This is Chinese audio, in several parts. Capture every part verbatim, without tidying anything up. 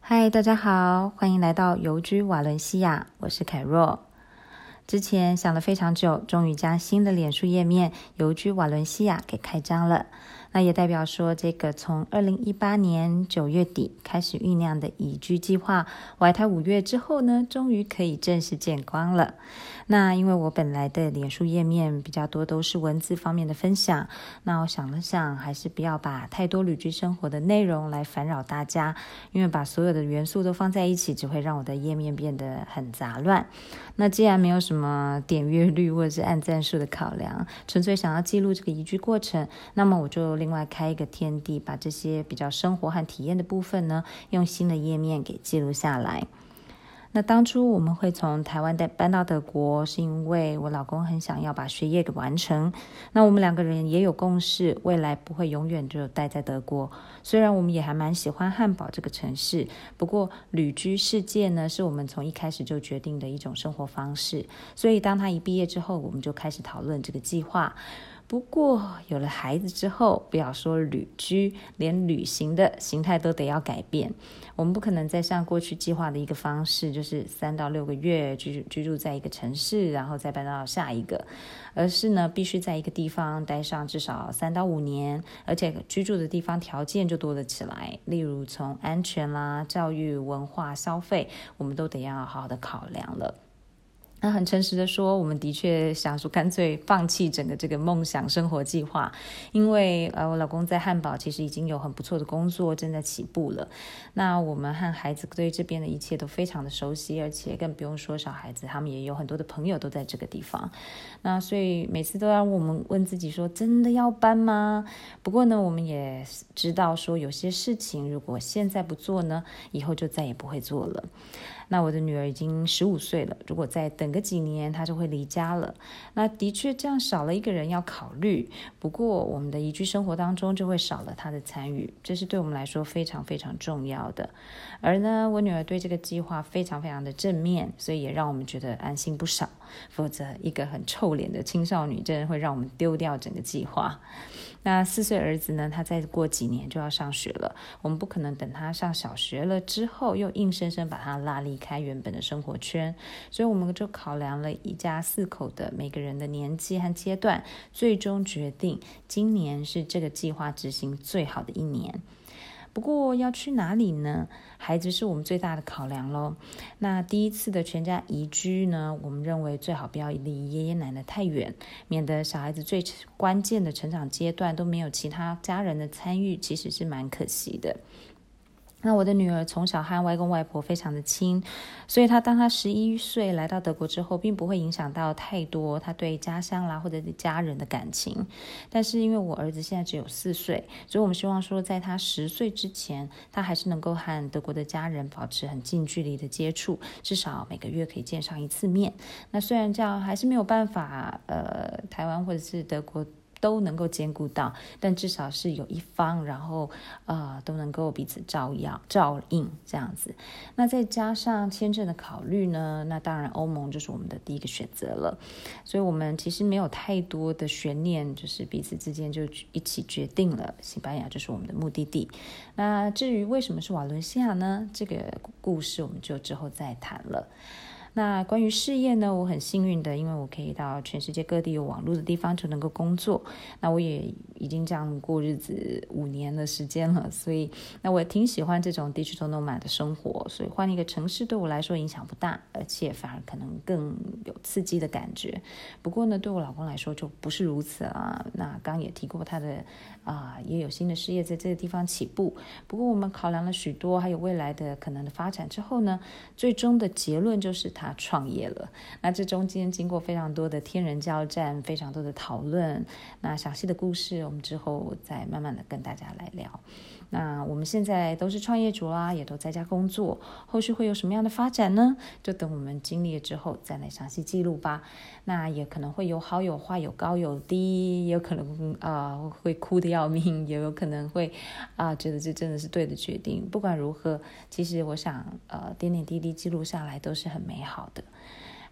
嗨，大家好，欢迎来到邮居瓦伦西亚，我是凯若。之前想了非常久，终于将新的脸书页面邮居瓦伦西亚给开张了。那也代表说，这个从二零一八年九月底开始酝酿的移居计划，外台五月之后呢，终于可以正式见光了。那因为我本来的脸书页面比较多都是文字方面的分享，那我想了想，还是不要把太多旅居生活的内容来烦扰大家，因为把所有的元素都放在一起，只会让我的页面变得很杂乱。那既然没有什么点阅率或者是按赞数的考量，纯粹想要记录这个移居过程，那么我就另外开一个天地，把这些比较生活和体验的部分呢，用新的页面给记录下来。那当初我们会从台湾搬到德国，是因为我老公很想要把学业给完成。那我们两个人也有共识，未来不会永远就待在德国。虽然我们也还蛮喜欢汉堡这个城市，不过旅居世界呢，是我们从一开始就决定的一种生活方式。所以当他一毕业之后，我们就开始讨论这个计划。不过有了孩子之后，不要说旅居，连旅行的形态都得要改变。我们不可能再像过去计划的一个方式，就是三到六个月居居住在一个城市，然后再搬到下一个，而是呢必须在一个地方待上至少三到五年，而且居住的地方条件就多了起来，例如从安全啦、教育、文化、消费，我们都得要好好的考量了。那很诚实的说，我们的确想说干脆放弃整个这个梦想生活计划，因为呃，我老公在汉堡其实已经有很不错的工作，正在起步了。那我们和孩子对这边的一切都非常的熟悉，而且更不用说小孩子，他们也有很多的朋友都在这个地方。那所以每次都要我们问自己说，真的要搬吗？不过呢，我们也知道说，有些事情如果现在不做呢，以后就再也不会做了。那我的女儿已经十五岁了，如果再等个几年，她就会离家了。那的确这样少了一个人要考虑，不过我们的移居生活当中就会少了她的参与，这是对我们来说非常非常重要的。而呢，我女儿对这个计划非常非常的正面，所以也让我们觉得安心不少。否则一个很臭脸的青少女真的会让我们丢掉整个计划。那四岁儿子呢，他再过几年就要上学了，我们不可能等他上小学了之后又硬生生把他拉离开原本的生活圈，所以我们就考量了一家四口的每个人的年纪和阶段，最终决定今年是这个计划执行最好的一年。不过要去哪里呢？孩子是我们最大的考量咯。那第一次的全家移居呢，我们认为最好不要离爷爷奶奶太远，免得小孩子最关键的成长阶段都没有其他家人的参与，其实是蛮可惜的。那我的女儿从小和外公外婆非常的亲，所以她当她十一岁来到德国之后，并不会影响到太多她对家乡啦或者家人的感情。但是因为我儿子现在只有四岁，所以我们希望说在他十岁之前，他还是能够和德国的家人保持很近距离的接触，至少每个月可以见上一次面。那虽然这样还是没有办法呃，台湾或者是德国都能够兼顾到，但至少是有一方，然后呃都能够彼此照耀照应这样子。那再加上签证的考虑呢，那当然欧盟就是我们的第一个选择了。所以我们其实没有太多的悬念，就是彼此之间就一起决定了西班牙就是我们的目的地。那至于为什么是瓦伦西亚呢？这个故事我们就之后再谈了。那关于事业呢，我很幸运的，因为我可以到全世界各地有网络的地方就能够工作。那我也已经这样过日子五年的时间了，所以那我也挺喜欢这种 digital nomad 的生活，所以换一个城市对我来说影响不大，而且反而可能更有刺激的感觉。不过呢，对我老公来说就不是如此啊。那刚刚也提过他的啊、呃，也有新的事业在这个地方起步。不过我们考量了许多，还有未来的可能的发展之后呢，最终的结论就是他创业了。那这中间经过非常多的天人交战，非常多的讨论，那详细的故事我们之后再慢慢的跟大家来聊。那我们现在都是创业主啦，也都在家工作，后续会有什么样的发展呢？就等我们经历了之后再来详细记录吧。那也可能会有好有坏，有高有低，也有可能啊、呃、会哭得要命，也有可能会啊、呃、觉得这真的是对的决定。不管如何，其实我想呃点点滴滴记录下来都是很美好的。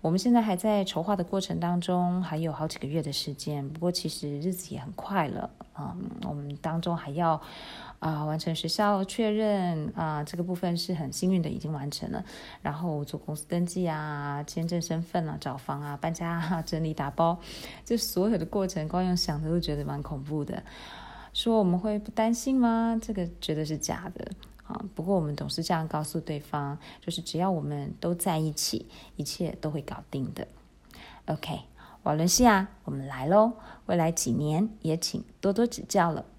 我们现在还在筹划的过程当中，还有好几个月的时间，不过其实日子也很快了。嗯，我们当中还要啊、呃、完成学校确认啊、呃、这个部分是很幸运的已经完成了，然后做公司登记啊、签证身份啊、找房啊、搬家啊、整理打包，就所有的过程光用想的都觉得蛮恐怖的。说我们会不担心吗？这个绝对是假的啊！不过我们总是这样告诉对方，就是只要我们都在一起，一切都会搞定的。OK， 瓦伦西亚，我们来咯，未来几年也请多多指教了。